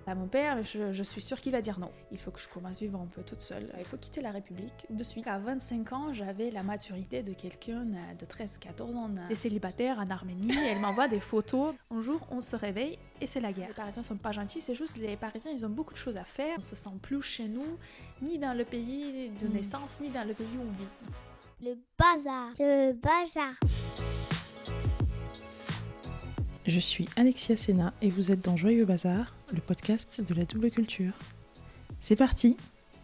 À mon père, je suis sûre qu'il va dire non. Il faut que je commence à vivre un peu toute seule. Il faut quitter la République de suite. À 25 ans, j'avais la maturité de quelqu'un de 13-14 ans. Des célibataires en Arménie. Elle m'envoie des photos. Un jour, on se réveille et c'est la guerre. Les Parisiens sont pas gentils, c'est juste les Parisiens, ils ont beaucoup de choses à faire. On se sent plus chez nous, ni dans le pays de naissance, ni dans le pays où on vit. Le bazar. Le bazar. Je suis Alexia Sena et vous êtes dans Joyeux Bazar, le podcast de la double culture. C'est parti!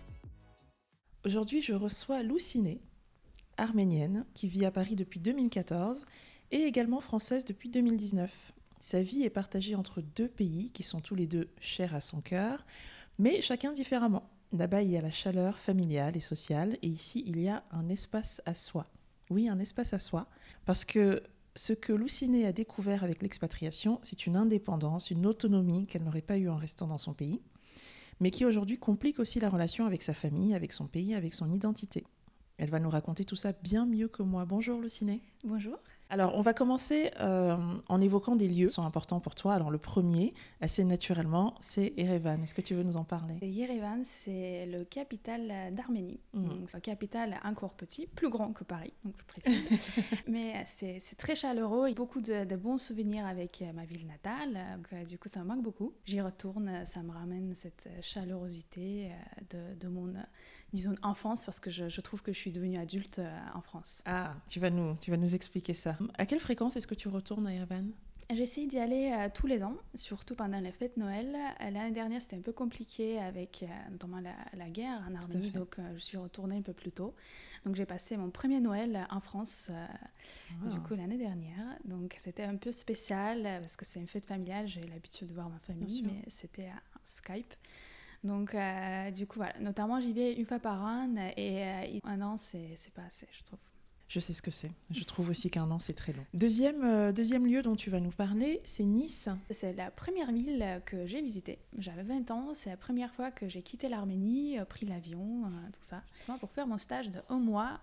Aujourd'hui, je reçois Loucine, arménienne, qui vit à Paris depuis 2014 et également française depuis 2019. Sa vie est partagée entre deux pays qui sont tous les deux chers à son cœur, mais chacun différemment. Là-bas, il y a la chaleur familiale et sociale, et ici, il y a un espace à soi. Oui, un espace à soi, parce que ce que Loucine a découvert avec l'expatriation, c'est une indépendance, une autonomie qu'elle n'aurait pas eue en restant dans son pays, mais qui aujourd'hui complique aussi la relation avec sa famille, avec son pays, avec son identité. Elle va nous raconter tout ça bien mieux que moi. Bonjour Loucine. Bonjour. Alors, on va commencer en évoquant des lieux qui sont importants pour toi. Alors, le premier, assez naturellement, c'est Erevan. Est-ce que tu veux nous en parler ? Erevan, c'est le capitale d'Arménie. Donc, c'est un capital encore petit, plus grand que Paris, donc je précise. Mais c'est très chaleureux. Il y a beaucoup de bons souvenirs avec ma ville natale. Donc, du coup, ça me manque beaucoup. J'y retourne, ça me ramène cette chaleurosité de mon, disons, enfance, parce que je trouve que je suis devenue adulte en France. Ah, tu vas nous expliquer ça. À quelle fréquence est-ce que tu retournes à Erevan ? J'essaie d'y aller tous les ans, surtout pendant les fêtes Noël. L'année dernière, c'était un peu compliqué avec notamment la guerre en Arménie, donc je suis retournée un peu plus tôt. Donc j'ai passé mon premier Noël en France, du coup, l'année dernière. Donc c'était un peu spécial parce que c'est une fête familiale, j'ai l'habitude de voir ma famille, mais c'était à Skype. Donc du coup, voilà. Notamment, j'y vais une fois par an et un an, c'est pas assez, je trouve. Je sais ce que c'est. Je trouve aussi qu'un an, c'est très long. Deuxième lieu dont tu vas nous parler, c'est Nice. C'est la première ville que j'ai visitée. J'avais 20 ans. C'est la première fois que j'ai quitté l'Arménie, pris l'avion, tout ça, justement pour faire mon stage de 1 mois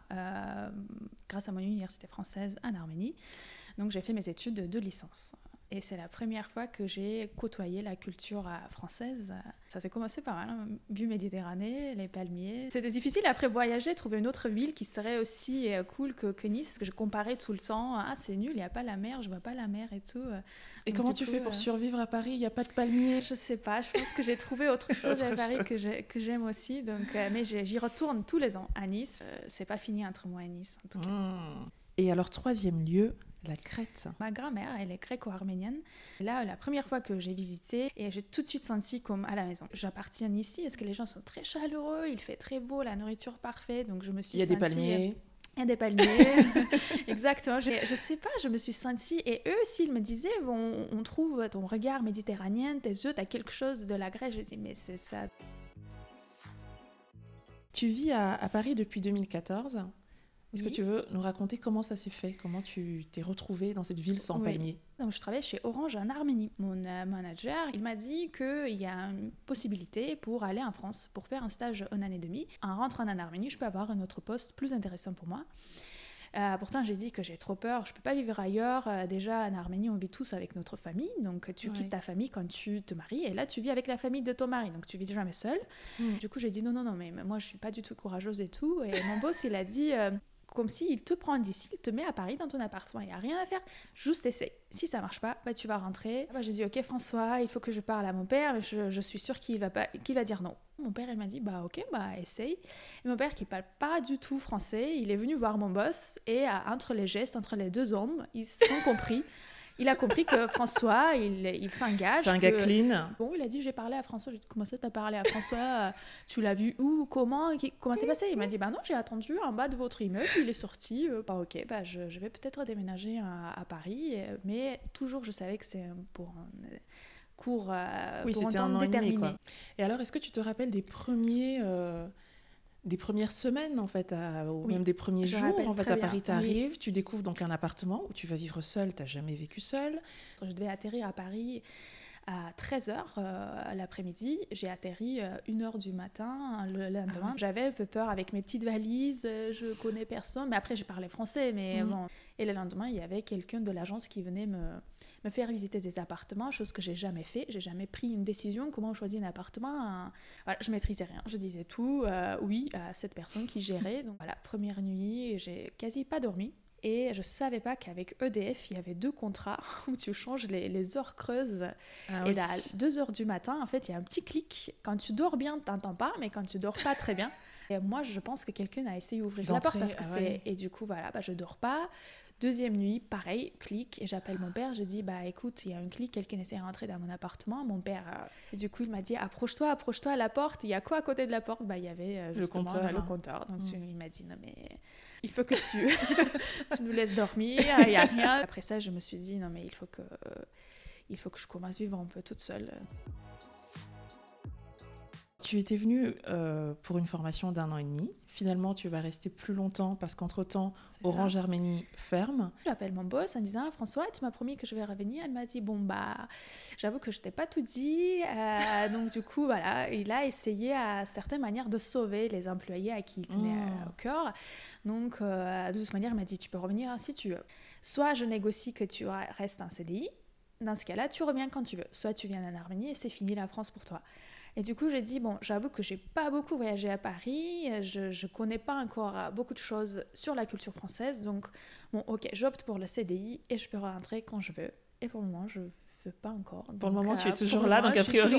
grâce à mon université française en Arménie. Donc j'ai fait mes études de licence. Et c'est la première fois que j'ai côtoyé la culture française. Ça s'est commencé par mal, vue Méditerranée, les palmiers. C'était difficile après voyager, trouver une autre ville qui serait aussi cool que Nice, parce que je comparais tout le temps. Ah, c'est nul, il n'y a pas la mer, je vois pas la mer et tout. Et comment tu fais pour survivre à Paris ? Il n'y a pas de palmiers ? Je sais pas, je pense que j'ai trouvé autre chose à Paris que j'aime aussi. Donc, mais j'y retourne tous les ans à Nice. C'est pas fini entre moi et Nice, en tout cas. Et alors, troisième lieu, la Crète. Ma grand-mère, elle est gréco-arménienne. Là, la première fois que j'ai visité, et j'ai tout de suite senti comme à la maison. J'appartiens ici, parce que les gens sont très chaleureux, il fait très beau, la nourriture parfaite, donc je me suis sentie... Il y a des palmiers. Il y a des palmiers, exactement. Je sais pas, je me suis sentie... Et eux aussi, ils me disaient, bon, on trouve ton regard méditerranéen, tes yeux, t'as quelque chose de la Grèce. Je dis, mais c'est ça. Tu vis à Paris depuis 2014. Est-ce que tu veux nous raconter comment ça s'est fait ? Comment tu t'es retrouvée dans cette ville sans palmiers ? Donc, je travaillais chez Orange en Arménie. Mon manager, il m'a dit qu'il y a une possibilité pour aller en France, pour faire un stage 1 an et demi. En rentrant en Arménie, je peux avoir un autre poste plus intéressant pour moi. Pourtant, j'ai dit que j'ai trop peur, je ne peux pas vivre ailleurs. Déjà, en Arménie, on vit tous avec notre famille. Donc, tu quittes ta famille quand tu te maries. Et là, tu vis avec la famille de ton mari. Donc, tu vis jamais seule. Du coup, j'ai dit non, mais moi, je ne suis pas du tout courageuse et tout. Et mon boss, il a dit... comme s'il te prend d'ici, il te met à Paris dans ton appartement, il n'y a rien à faire, juste essaye. Si ça ne marche pas, tu vas rentrer. J'ai dit, ok François, il faut que je parle à mon père, mais je suis sûre qu'il va dire non. Mon père, il m'a dit, ok, essaye. Et mon père, qui ne parle pas du tout français, il est venu voir mon boss, et entre les gestes, entre les deux hommes, ils se sont compris. Il a compris que François, il s'engage. C'est un gars clean. Bon, il a dit, j'ai parlé à François. J'ai dit, comment ça, t'as parlé à François ? Tu l'as vu où ? Comment c'est passé ? Il m'a dit, non, j'ai attendu en bas de votre immeuble. Il est sorti. Ok, je vais peut-être déménager à Paris. Mais toujours, je savais que c'est pour un cours pour un temps déterminé. Quoi. Et alors, est-ce que tu te rappelles des premières semaines, en fait, ou même des premiers jours, en fait, à Paris, tu arrives, tu découvres donc un appartement où tu vas vivre seule, tu n'as jamais vécu seule. Je devais atterrir à Paris À 13h l'après-midi, j'ai atterri 1h du matin le lendemain. J'avais un peu peur avec mes petites valises, je connais personne, mais après je parlais français, mais bon. Et le lendemain, il y avait quelqu'un de l'agence qui venait me faire visiter des appartements, chose que j'ai jamais fait. J'ai jamais pris une décision, comment on choisit un appartement. Voilà, je maîtrisais rien, je disais tout oui à cette personne qui gérait. Donc voilà, première nuit, j'ai quasi pas dormi. Et je savais pas qu'avec EDF, il y avait 2 contrats où tu changes les heures creuses. Et là, à 2h du matin, en fait, il y a un petit clic. Quand tu dors bien, tu n'entends pas, mais quand tu dors pas très bien. Et moi, je pense que quelqu'un a essayé d'ouvrir la porte parce que c'est... Et du coup, voilà, je dors pas. Deuxième nuit, pareil, clic, et j'appelle mon père, je dis, écoute, il y a un clic, quelqu'un essaie de rentrer dans mon appartement. Mon père, et du coup, il m'a dit, approche-toi à la porte. Il y a quoi à côté de la porte? Il y avait justement le compteur. Donc, il m'a dit, non mais... Il faut que tu nous laisses dormir, il n'y a rien. Après ça, je me suis dit, non mais il faut que je commence à vivre un peu toute seule. Tu étais venue pour une formation d'1 an et demi. Finalement, tu vas rester plus longtemps parce qu'entre-temps, Orange Arménie ferme. J'appelle mon boss en disant, François, tu m'as promis que je vais revenir. Elle m'a dit, j'avoue que je t'ai pas tout dit. Donc du coup, voilà, il a essayé à certaines manières de sauver les employés à qui il tenait au cœur. Donc de toute manière, il m'a dit, tu peux revenir si tu veux. Soit je négocie que tu restes en CDI. Dans ce cas-là, tu reviens quand tu veux. Soit tu viens en Arménie et c'est fini la France pour toi. Et du coup, j'ai dit, j'avoue que j'ai pas beaucoup voyagé à Paris, je connais pas encore beaucoup de choses sur la culture française, donc ok, j'opte pour le CDI et je peux rentrer quand je veux. Et pour le moment, je veux pas encore. Pour le moment, tu es toujours là, donc a priori...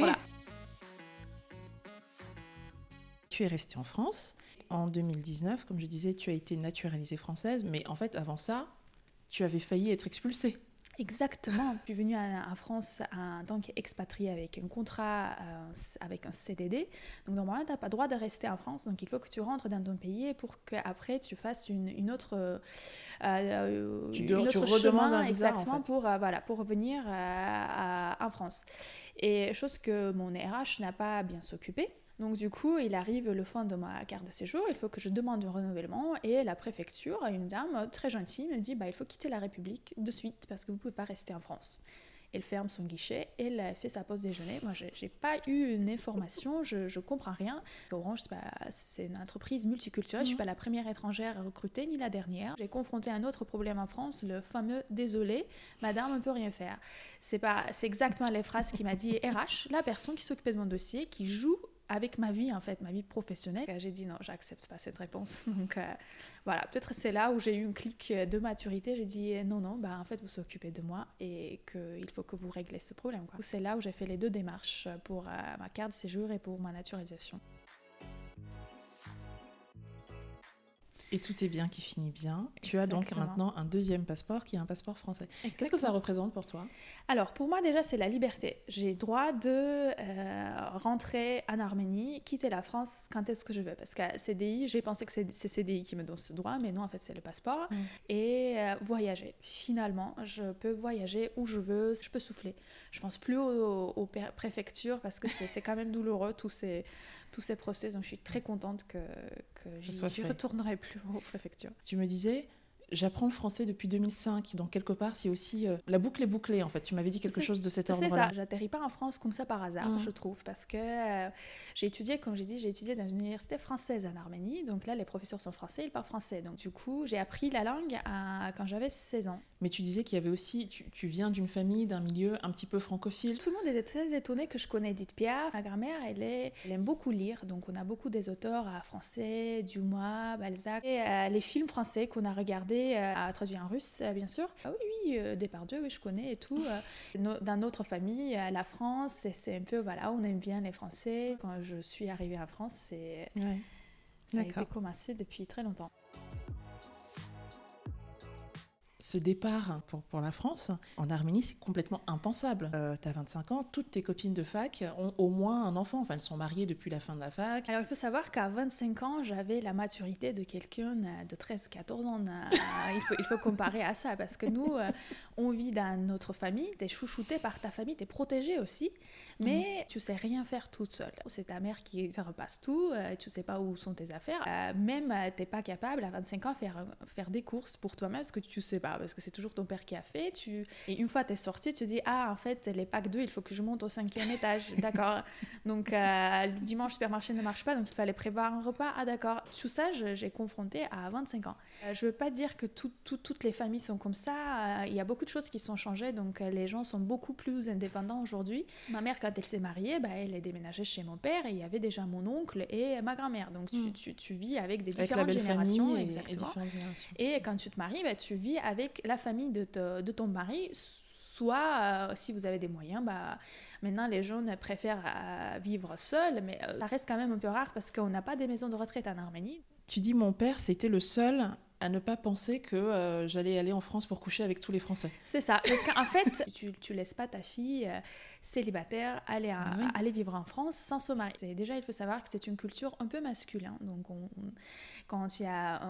Tu es restée en France. En 2019, comme je disais, tu as été naturalisée française, mais en fait, avant ça, tu avais failli être expulsée. Exactement. Je suis venue en France en tant qu'expatriée avec un contrat, avec un CDD. Donc normalement, tu n'as pas le droit de rester en France. Donc il faut que tu rentres dans ton pays pour qu'après tu fasses une autre redemandes un visa, exactement, en fait. pour revenir en France. Et chose que mon RH n'a pas bien s'occuper. Donc du coup, il arrive le fin de ma carte de séjour, il faut que je demande un renouvellement et la préfecture, une dame très gentille, me dit il faut quitter la République de suite parce que vous ne pouvez pas rester en France. Elle ferme son guichet, elle fait sa pause déjeuner. Moi, j'ai pas eu une information, je comprends rien. Orange, c'est une entreprise multiculturelle, je suis pas la première étrangère à recruter, ni la dernière. J'ai confronté un autre problème en France, le fameux « désolé, madame, on ne peut rien faire ». C'est exactement les phrases qu'il m'a dit RH, la personne qui s'occupait de mon dossier, qui joue avec ma vie, en fait, ma vie professionnelle. J'ai dit non, j'accepte pas cette réponse. Donc voilà, peut-être c'est là où j'ai eu un clic de maturité. J'ai dit non, en fait, vous vous occupez de moi et qu'il faut que vous réglez ce problème, quoi. C'est là où j'ai fait les 2 démarches pour ma carte de séjour et pour ma naturalisation. Et tout est bien qui finit bien. Exactement. Tu as donc maintenant un 2e passeport qui est un passeport français. Exactement. Qu'est-ce que ça représente pour toi ? Alors, pour moi, déjà, c'est la liberté. J'ai le droit de rentrer en Arménie, quitter la France quand est-ce que je veux. Parce qu'à CDI, j'ai pensé que c'est CDI qui me donne ce droit, mais non, en fait, c'est le passeport. Et voyager. Finalement, je peux voyager où je veux, je peux souffler. Je pense plus aux préfectures parce que c'est quand même douloureux, tous ces process. Donc, je suis très contente que j'y retournerai plus aux préfectures. Tu me disais, j'apprends le français depuis 2005, donc quelque part, c'est aussi... la boucle est bouclée, en fait. Tu m'avais dit quelque chose de cet ordre-là. C'est ça, j'atterris pas en France comme ça par hasard, je trouve, parce que j'ai étudié, comme j'ai dit, dans une université française en Arménie, donc là, les professeurs sont français, ils parlent français. Donc du coup, j'ai appris la langue quand j'avais 16 ans. Mais tu disais qu'il y avait aussi... Tu viens d'une famille, d'un milieu un petit peu francophile. Tout le monde était très étonné que je connais Edith Piaf. Ma grand-mère, elle aime beaucoup lire, donc on a beaucoup des auteurs français, Dumas, Balzac, et les films français qu'on a regardés traduit en russe, bien sûr. Ah oui, Depardieu, oui, je connais et tout. Dans notre famille, la France, c'est un peu, voilà, on aime bien les Français. Quand je suis arrivée en France, ça a été commencé depuis très longtemps. Ce départ pour la France, en Arménie, c'est complètement impensable. Tu as 25 ans, toutes tes copines de fac ont au moins un enfant. Enfin, elles sont mariées depuis la fin de la fac. Alors, il faut savoir qu'à 25 ans, j'avais la maturité de quelqu'un de 13-14 ans. Il faut comparer à ça, parce que nous, on vit dans notre famille, tu es chouchouté par ta famille, tu es protégé aussi, mais tu sais rien faire toute seule. C'est ta mère qui te repasse tout, tu sais pas où sont tes affaires. Même, tu n'es pas capable, à 25 ans, faire des courses pour toi-même, parce que tu sais pas. parce que c'est toujours ton père qui a fait. Et une fois tu es sortie, tu te dis, ah, en fait, les packs 2, il faut que je monte au 5e étage. D'accord. Donc, le dimanche, le supermarché ne marche pas, donc il fallait prévoir un repas. Ah, d'accord. Tout ça, j'ai confronté à 25 ans. Je veux pas dire que toutes les familles sont comme ça. Il y a beaucoup de choses qui sont changées, donc les gens sont beaucoup plus indépendants aujourd'hui. Ma mère, quand elle s'est mariée, elle est déménagée chez mon père et il y avait déjà mon oncle et ma grand-mère. Donc tu vis avec des différentes générations. Exactement. Et quand tu te maries, tu vis avec la famille de ton mari. Soit, si vous avez des moyens, maintenant les jeunes préfèrent vivre seuls, mais ça reste quand même un peu rare parce qu'on n'a pas des maisons de retraite en Arménie. Tu dis mon père, c'était le seul à ne pas penser que j'allais aller en France pour coucher avec tous les Français. C'est ça, parce qu'en fait, tu laisses pas ta fille célibataire aller vivre en France sans se marier. Déjà, il faut savoir que c'est une culture un peu masculine. Donc, quand il y a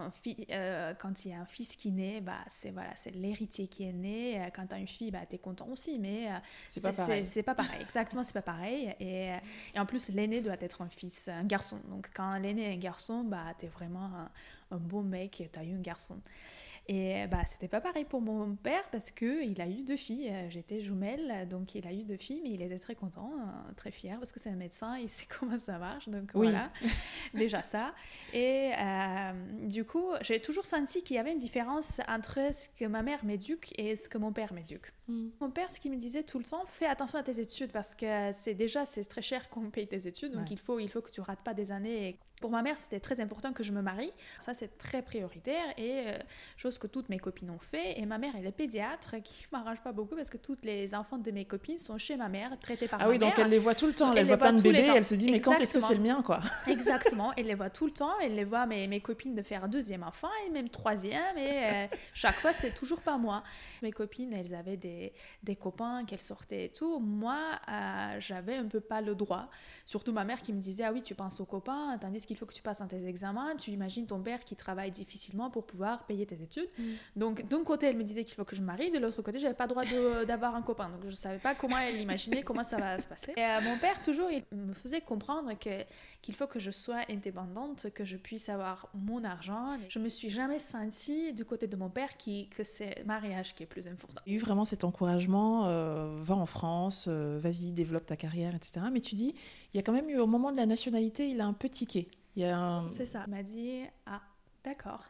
un fils qui naît, c'est l'héritier qui est né. Quand tu as une fille, tu es content aussi, mais c'est pas pareil. C'est pas pareil, exactement, c'est pas pareil. Et en plus, l'aîné doit être un garçon. Donc, quand l'aîné est un garçon, tu es vraiment un beau mec et tu as eu un garçon. Et c'était pas pareil pour mon père parce qu'il a eu 2 filles. J'étais jumelle, donc il a eu 2 filles, mais il était très content, très fier parce que c'est un médecin, il sait comment ça marche. Donc voilà, déjà ça. Et du coup, j'ai toujours senti qu'il y avait une différence entre ce que ma mère m'éduque et ce que mon père m'éduque. Mon père, ce qu'il me disait tout le temps, fais attention à tes études parce que c'est très cher qu'on paye tes études, donc il faut que tu rates pas des années. Pour ma mère, c'était très important que je me marie. Ça, c'est très prioritaire et chose que toutes mes copines ont fait. Et ma mère, elle est pédiatre, qui ne m'arrange pas beaucoup parce que toutes les enfants de mes copines sont chez ma mère, traités par ma mère. Ah oui, donc elle les voit tout le temps. Donc, elle voit plein de bébés et elle se dit, mais quand est-ce que c'est le mien, quoi? Exactement. Elle les voit tout le temps. Elle les voit, mes copines, de faire 2e enfant et même 3e. Et chaque fois, c'est toujours pas moi. Mes copines, elles avaient des copains qu'elles sortaient et tout. Moi, j'avais un peu pas le droit. Surtout ma mère qui me disait, ah oui, tu penses aux copains, tandis qu'il faut que tu passes tes examens, tu imagines ton père qui travaille difficilement pour pouvoir payer tes études. Donc d'un côté elle me disait qu'il faut que je me marie, de l'autre côté j'avais pas le droit d'avoir un copain, donc je savais pas comment elle imaginait comment ça va se passer. Et mon père toujours il me faisait comprendre qu'il faut que je sois indépendante, que je puisse avoir mon argent. Je me suis jamais sentie du côté de mon père que c'est mariage qui est plus important. Il y a eu vraiment cet encouragement, va en France, vas-y développe ta carrière, etc. Mais tu dis, il y a quand même eu au moment de la nationalité, il a un peu tiqué. C'est ça. Il m'a dit, ah, d'accord,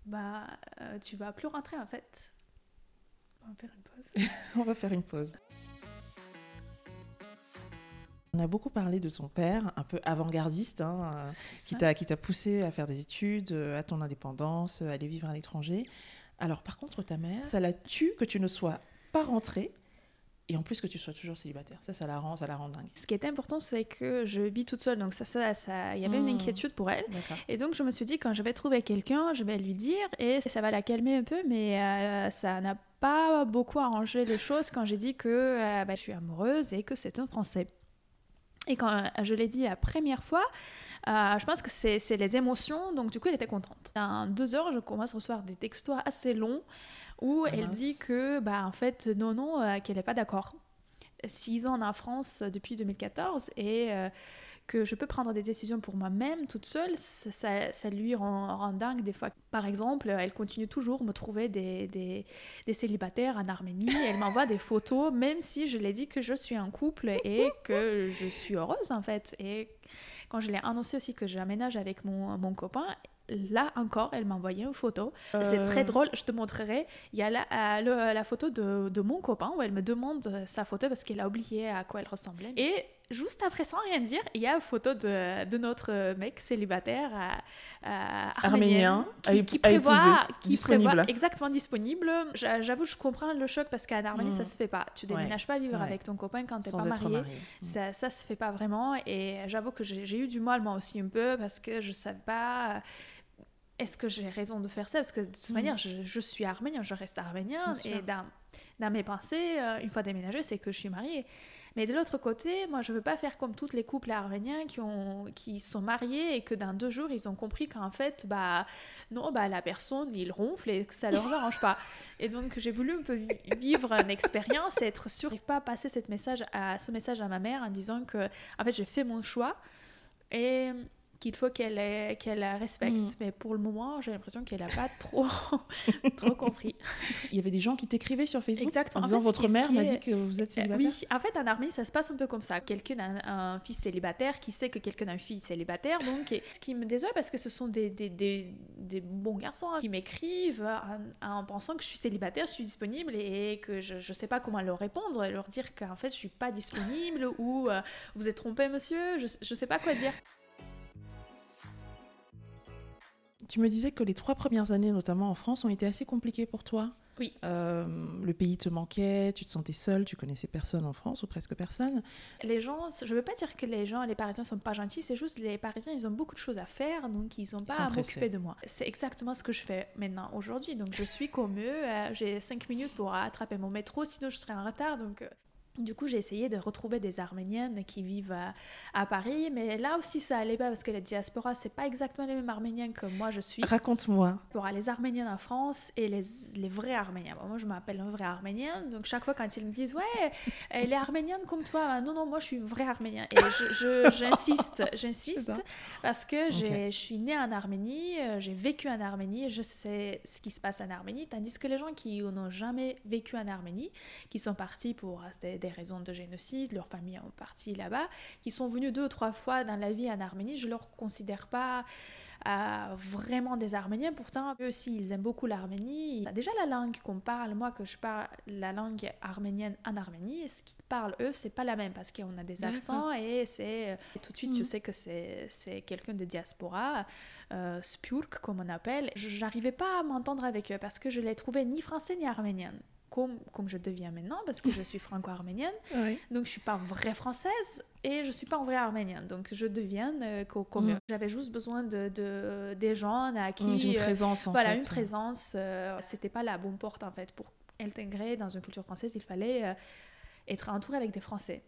tu vas plus rentrer en fait. On va faire une pause. On va faire une pause. On a beaucoup parlé de ton père, un peu avant-gardiste, qui t'a poussé à faire des études, à ton indépendance, à aller vivre à l'étranger. Alors par contre, ta mère, ça la tue que tu ne sois pas rentrée. Et en plus que tu sois toujours célibataire. Ça la rend dingue. Ce qui est important, c'est que je vis toute seule. Donc il y avait une inquiétude pour elle. D'accord. Et donc je me suis dit, quand je vais trouver quelqu'un, je vais lui dire. Et ça va la calmer un peu. Mais ça n'a pas beaucoup arrangé les choses quand j'ai dit que je suis amoureuse et que c'est un Français. Et quand je l'ai dit la première fois, je pense que c'est les émotions. Donc du coup, elle était contente. Dans 2 heures, je commence à recevoir des textos assez longs où elle dit que, en fait, qu'elle n'est pas d'accord. 6 ans en France depuis 2014 et que je peux prendre des décisions pour moi-même toute seule, ça lui rend dingue des fois. Par exemple, elle continue toujours me trouver des célibataires en Arménie. Elle m'envoie des photos, même si je lui ai dit que je suis en couple et que je suis heureuse en fait. Et quand je l'ai annoncé aussi que j'aménage avec mon copain, là encore, elle m'a envoyé une photo. C'est très drôle, je te montrerai. Il y a la photo de mon copain où elle me demande sa photo parce qu'elle a oublié à quoi elle ressemblait. Et juste après, sans rien dire, il y a une photo de notre mec célibataire arménien qui prévoit exactement disponible. J'avoue, je comprends le choc parce qu'en Arménie, ça se fait pas. Tu déménages pas vivre avec ton copain quand t'es pas marié. Ça se fait pas vraiment. Et j'avoue que j'ai eu du mal moi aussi un peu parce que je savais pas. Est-ce que j'ai raison de faire ça? Parce que de toute manière, je suis arménien, je reste arménien. Et dans mes pensées, une fois déménagée, c'est que je suis mariée. Mais de l'autre côté, moi, je ne veux pas faire comme tous les couples arméniens qui sont mariés et que dans 2 jours, ils ont compris qu'en fait, la personne, il ronfle et que ça ne leur dérange pas. Et donc, j'ai voulu un peu vivre une expérience et être sûre. Je n'arrive pas à passer ce message à ma mère en disant que, en fait, j'ai fait mon choix. Et qu'il faut qu'elle respecte. Mais pour le moment, j'ai l'impression qu'elle n'a pas trop compris. Il y avait des gens qui t'écrivaient sur Facebook Exactement. en disant votre mère m'a est... dit que vous êtes célibataire. Oui, en fait, en Arménie, ça se passe un peu comme ça. Quelqu'un a un fils célibataire qui sait que quelqu'un a une fille célibataire. Donc, ce qui me désole, parce que ce sont des bons garçons qui m'écrivent en pensant que je suis célibataire, je suis disponible et que je ne sais pas comment leur répondre et leur dire qu'en fait, je ne suis pas disponible ou vous êtes trompé, monsieur, je ne sais pas quoi dire. Tu me disais que les 3 premières années, notamment en France, ont été assez compliquées pour toi. Oui. Le pays te manquait, tu te sentais seule, tu connaissais personne en France ou presque personne. Les gens, je ne veux pas dire que les Parisiens ne sont pas gentils, c'est juste les Parisiens, ils ont beaucoup de choses à faire, donc ils n'ont pas à m'occuper de moi. C'est exactement ce que je fais maintenant, aujourd'hui. Donc je suis comme eux, j'ai 5 minutes pour attraper mon métro, sinon je serais en retard. Donc... Du coup, j'ai essayé de retrouver des Arméniennes qui vivent à Paris, mais là aussi, ça allait pas parce que la diaspora, c'est pas exactement les mêmes Arméniens que moi je suis. Raconte-moi. Pour les Arméniennes en France et les vrais Arméniens. Bon, moi, je m'appelle un vrai Arménien, donc chaque fois quand ils me disent « Ouais, elle est arménienne comme toi », non, moi, je suis une vraie Arménien. Et j'insiste parce que je suis née en Arménie, j'ai vécu en Arménie, je sais ce qui se passe en Arménie, tandis que les gens qui n'ont jamais vécu en Arménie, qui sont partis pour des raisons de génocide, leurs familles ont parti là-bas, qui sont venus 2 ou 3 fois dans la vie en Arménie, je ne leur considère pas vraiment des Arméniens. Pourtant, eux aussi, ils aiment beaucoup l'Arménie. Déjà, la langue qu'on parle, moi, que je parle la langue arménienne en Arménie, ce qu'ils parlent, eux, c'est pas la même parce qu'on a des accents et c'est... Tout de suite, je sais que c'est quelqu'un de diaspora, spurk, comme on appelle. J'arrivais pas à m'entendre avec eux parce que je les trouvais ni français ni arméniennes. Comme je deviens maintenant, parce que je suis franco-arménienne, donc je suis pas vraie française et je suis pas en vraie arménienne, donc je deviens comme eux. J'avais juste besoin des gens à qui... une présence, en fait. Une présence. C'était pas la bonne porte, en fait. Pour intégrer dans une culture française, il fallait être entouré avec des Français.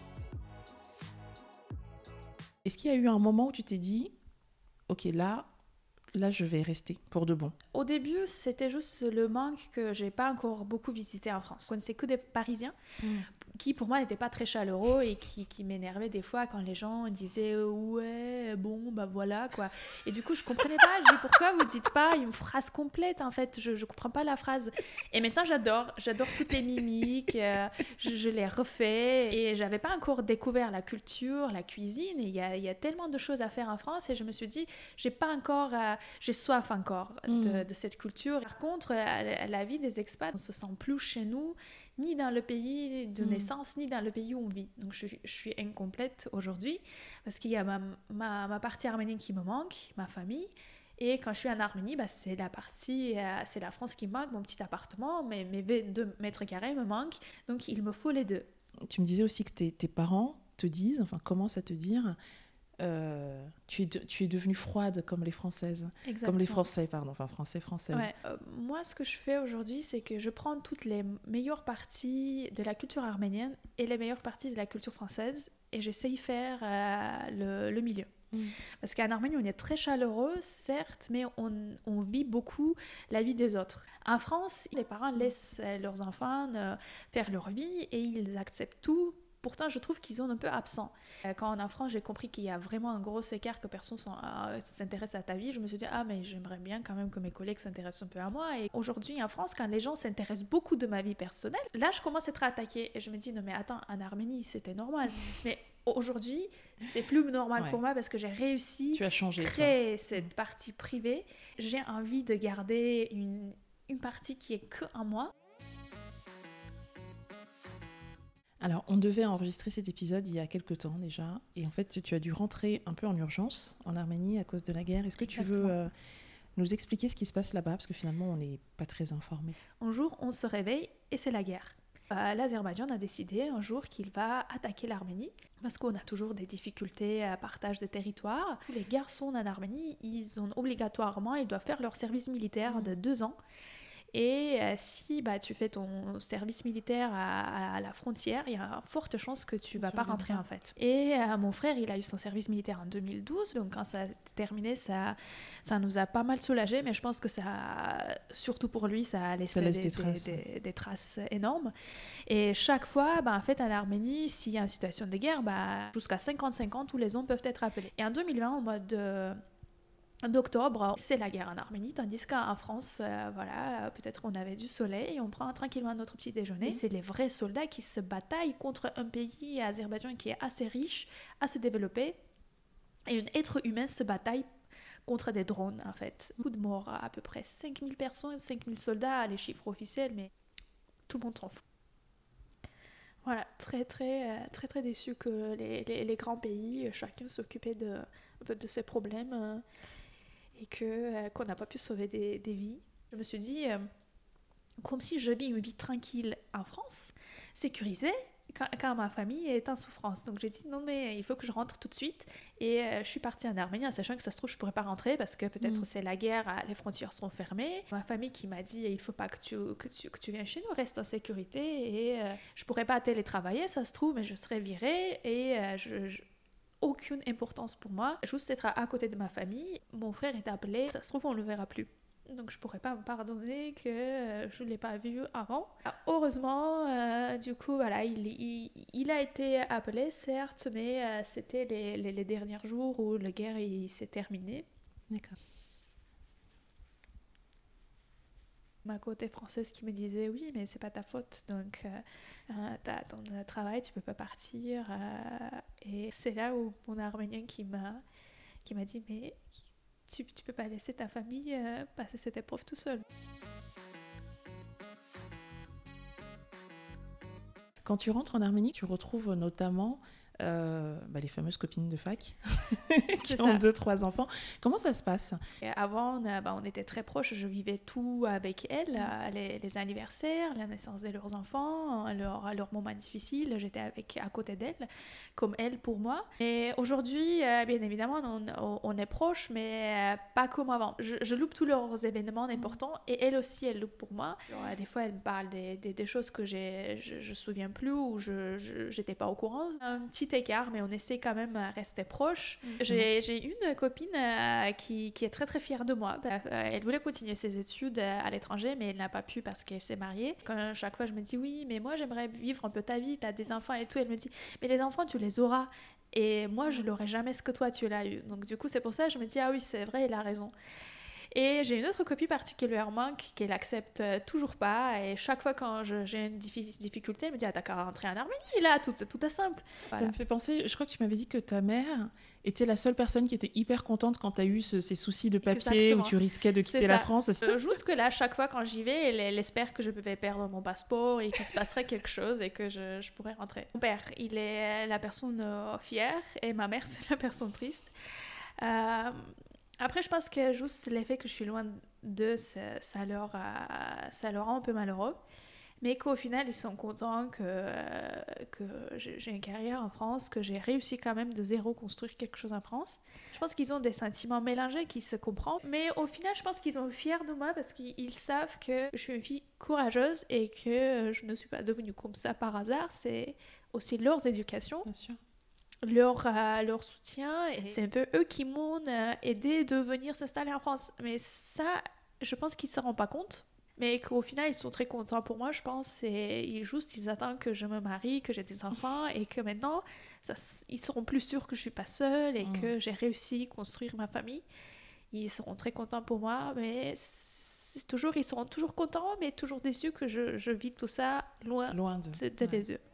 Est-ce qu'il y a eu un moment où tu t'es dit, ok, là, je vais rester pour de bon? Au début, c'était juste le manque que j'ai pas encore beaucoup visité en France. Je connaissais que des Parisiens qui, pour moi, n'étaient pas très chaleureux et qui m'énervaient des fois quand les gens disaient « Ouais, bon, bah voilà, quoi ». Et du coup, je comprenais pas. Je dis « Pourquoi vous dites pas une phrase complète, en fait ? Je comprends pas la phrase ». Et maintenant, j'adore toutes les mimiques. Je les refais. Et j'avais pas encore découvert la culture, la cuisine. Et il y a tellement de choses à faire en France. Et je me suis dit, j'ai soif encore de cette culture. Par contre, la vie des expats, on se sent plus chez nous, ni dans le pays de naissance, ni dans le pays où on vit. Donc je suis incomplète aujourd'hui, parce qu'il y a ma partie arménienne qui me manque, ma famille, et quand je suis en Arménie, c'est la France qui me manque, mon petit appartement, mes 2 mètres carrés me manquent, donc il me faut les 2. Tu me disais aussi que tes parents te disent, commencent à te dire... tu es devenue froide comme les Françaises. Exactement. Comme les Français, pardon, françaises. Ouais. Moi, ce que je fais aujourd'hui, c'est que je prends toutes les meilleures parties de la culture arménienne et les meilleures parties de la culture française et j'essaye de faire le milieu. Parce qu'en Arménie, on est très chaleureux, certes, mais on vit beaucoup la vie des autres. En France, les parents laissent leurs enfants faire leur vie et ils acceptent tout. Pourtant, je trouve qu'ils sont un peu absents. Quand en France, j'ai compris qu'il y a vraiment un gros écart, que personne s'intéresse à ta vie, je me suis dit, mais j'aimerais bien quand même que mes collègues s'intéressent un peu à moi. Et aujourd'hui, en France, quand les gens s'intéressent beaucoup de ma vie personnelle, là, je commence à être attaquée. Et je me dis, non mais attends, en Arménie, c'était normal. Mais aujourd'hui, c'est plus normal pour moi parce que j'ai réussi à créer cette partie privée. J'ai envie de garder une partie qui est que en moi. Alors, on devait enregistrer cet épisode il y a quelques temps déjà, et en fait, tu as dû rentrer un peu en urgence en Arménie à cause de la guerre. Est-ce que tu veux nous expliquer ce qui se passe là-bas, parce que finalement, on n'est pas très informés. Un jour, on se réveille et c'est la guerre. L'Azerbaïdjan a décidé un jour qu'il va attaquer l'Arménie, parce qu'on a toujours des difficultés à partage de territoire. Les garçons en Arménie, ils doivent faire leur service militaire de 2 ans. Et si tu fais ton service militaire à la frontière, il y a de fortes chances que tu vas pas rentrer en fait. Et mon frère, il a eu son service militaire en 2012, donc quand ça a terminé, ça nous a pas mal soulagés, mais je pense que surtout pour lui, ça a laissé des traces énormes. Et chaque fois, en fait, en Arménie, s'il y a une situation de guerre, jusqu'à 55 ans, tous les hommes peuvent être appelés. Et en 2020, au mois d'octobre, c'est la guerre en Arménie, tandis qu'en France, peut-être on avait du soleil et on prend tranquillement notre petit déjeuner. C'est les vrais soldats qui se bataillent contre un pays, Azerbaïdjan, qui est assez riche, assez développé, et un être humain se bataille contre des drones, en fait. Beaucoup de morts, à peu près 5000 personnes, 5000 soldats, les chiffres officiels, mais tout le monde s'en fout. Voilà, très très déçu que les grands pays, chacun s'occupait de ses problèmes et qu'on n'a pas pu sauver des vies. Je me suis dit, comme si je vis une vie tranquille en France, sécurisée, quand ma famille est en souffrance. Donc j'ai dit non mais il faut que je rentre tout de suite. Et je suis partie en Arménie en sachant que ça se trouve je pourrais pas rentrer parce que peut-être c'est la guerre, les frontières sont fermées. Ma famille qui m'a dit il faut pas que tu viennes chez nous, reste en sécurité. Et je pourrais pas télétravailler, ça se trouve, mais je serais virée et aucune importance pour moi. Juste être à côté de ma famille. Mon frère est appelé, ça se trouve on le verra plus. Donc je pourrais pas me pardonner que je l'ai pas vu avant. Heureusement, du coup, voilà, il a été appelé, certes, mais c'était les derniers jours où la guerre s'est terminée. D'accord. Ma côté française qui me disait oui, mais c'est pas ta faute, donc t'as ton travail, tu peux pas partir. Et c'est là où mon Arménien qui m'a dit mais tu peux pas laisser ta famille passer cette épreuve tout seul. Quand tu rentres en Arménie, tu retrouves notamment les fameuses copines de fac qui ont 2-3 enfants. Comment ça se passe ? Et avant, on était très proches. Je vivais tout avec elles, les anniversaires, la naissance de leurs enfants, leurs moments difficiles. J'étais à côté d'elles, comme elles pour moi. Et aujourd'hui, bien évidemment, on est proches, mais pas comme avant. Je loupe tous leurs événements importants et elles aussi, elles loupent pour moi. Alors, des fois, elles me parlent des choses que je me souviens plus ou je n'étais pas au courant. Un petit écart, mais on essaie quand même de rester proches. J'ai une copine qui est très très fière de moi. Elle voulait continuer ses études à l'étranger, mais elle n'a pas pu parce qu'elle s'est mariée. Quand chaque fois je me dis oui, mais moi j'aimerais vivre un peu ta vie, t'as des enfants et tout, elle me dit mais les enfants tu les auras et moi je l'aurai jamais ce que toi tu l'as eu. Donc du coup c'est pour ça que je me dis ah oui c'est vrai, elle a raison. Et j'ai une autre copine particulièrement qu'elle accepte toujours pas. Et chaque fois quand j'ai une difficulté, elle me dit ah, t'as qu'à rentrer en Arménie, là, tout est simple. Voilà. Ça me fait penser, je crois que tu m'avais dit que ta mère était la seule personne qui était hyper contente quand tu as eu ces soucis de papier. Exactement. Où tu risquais de quitter la France. Jusque-là, chaque fois quand j'y vais, elle espère que je vais perdre mon passeport et qu'il se passerait quelque chose et que je pourrais rentrer. Mon père, il est la personne fière et ma mère, c'est la personne triste. Après, je pense que juste l'effet que je suis loin d'eux, ça leur rend un peu malheureux. Mais qu'au final, ils sont contents que j'ai une carrière en France, que j'ai réussi quand même de zéro construire quelque chose en France. Je pense qu'ils ont des sentiments mélangés qui se comprennent. Mais au final, je pense qu'ils sont fiers de moi parce qu'ils savent que je suis une fille courageuse et que je ne suis pas devenue comme ça par hasard. C'est aussi leur éducation. Bien sûr. Leur soutien, et c'est un peu eux qui m'ont aidé de venir s'installer en France. Mais ça, je pense qu'ils ne se rendent pas compte. Mais qu'au final, ils sont très contents pour moi, je pense. Et ils attendent que je me marie, que j'ai des enfants, et que maintenant, ils seront plus sûrs que je ne suis pas seule et que j'ai réussi à construire ma famille. Ils seront très contents pour moi, mais ils seront toujours contents, mais toujours déçus que je vis tout ça loin des yeux.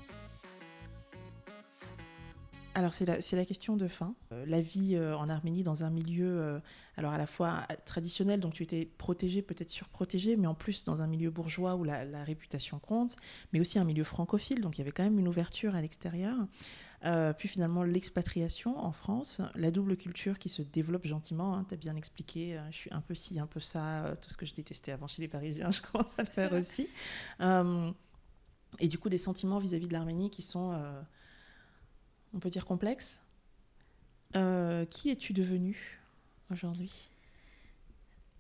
Alors c'est la question de fin. La vie en Arménie dans un milieu alors à la fois traditionnel, donc tu étais protégée, peut-être surprotégée, mais en plus dans un milieu bourgeois où la réputation compte, mais aussi un milieu francophile, donc il y avait quand même une ouverture à l'extérieur. Puis finalement l'expatriation en France, la double culture qui se développe gentiment, hein, tu as bien expliqué, je suis un peu ci, un peu ça, tout ce que je détestais avant chez les Parisiens, je commence à le faire aussi. Et du coup des sentiments vis-à-vis de l'Arménie qui sont... on peut dire complexe. Qui es-tu devenue aujourd'hui ?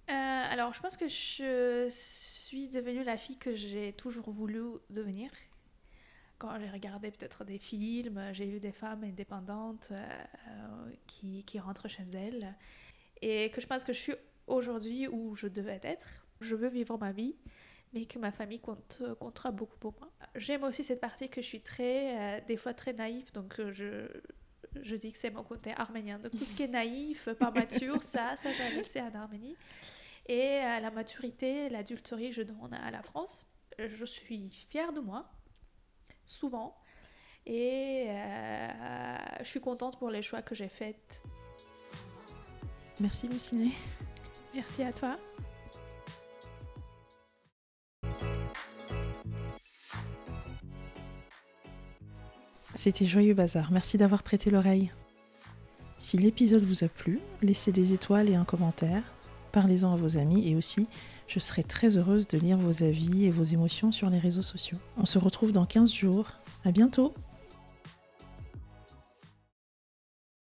Alors, je pense que je suis devenue la fille que j'ai toujours voulu devenir. Quand j'ai regardé peut-être des films, j'ai vu des femmes indépendantes qui rentrent chez elles. Et que je pense que je suis aujourd'hui où je devais être. Je veux vivre ma vie, mais que ma famille comptera beaucoup pour moi. J'aime aussi cette partie que je suis des fois très naïve, donc je dis que c'est mon côté arménien. Donc tout ce qui est naïf, pas mature, ça j'ai laissé en Arménie. Et la maturité, l'adulterie, je demande à la France. Je suis fière de moi, souvent. Et je suis contente pour les choix que j'ai faits. Merci Luciné. Merci à toi. C'était Joyeux Bazar, merci d'avoir prêté l'oreille. Si l'épisode vous a plu, laissez des étoiles et un commentaire, parlez-en à vos amis et aussi, je serai très heureuse de lire vos avis et vos émotions sur les réseaux sociaux. On se retrouve dans 15 jours, à bientôt!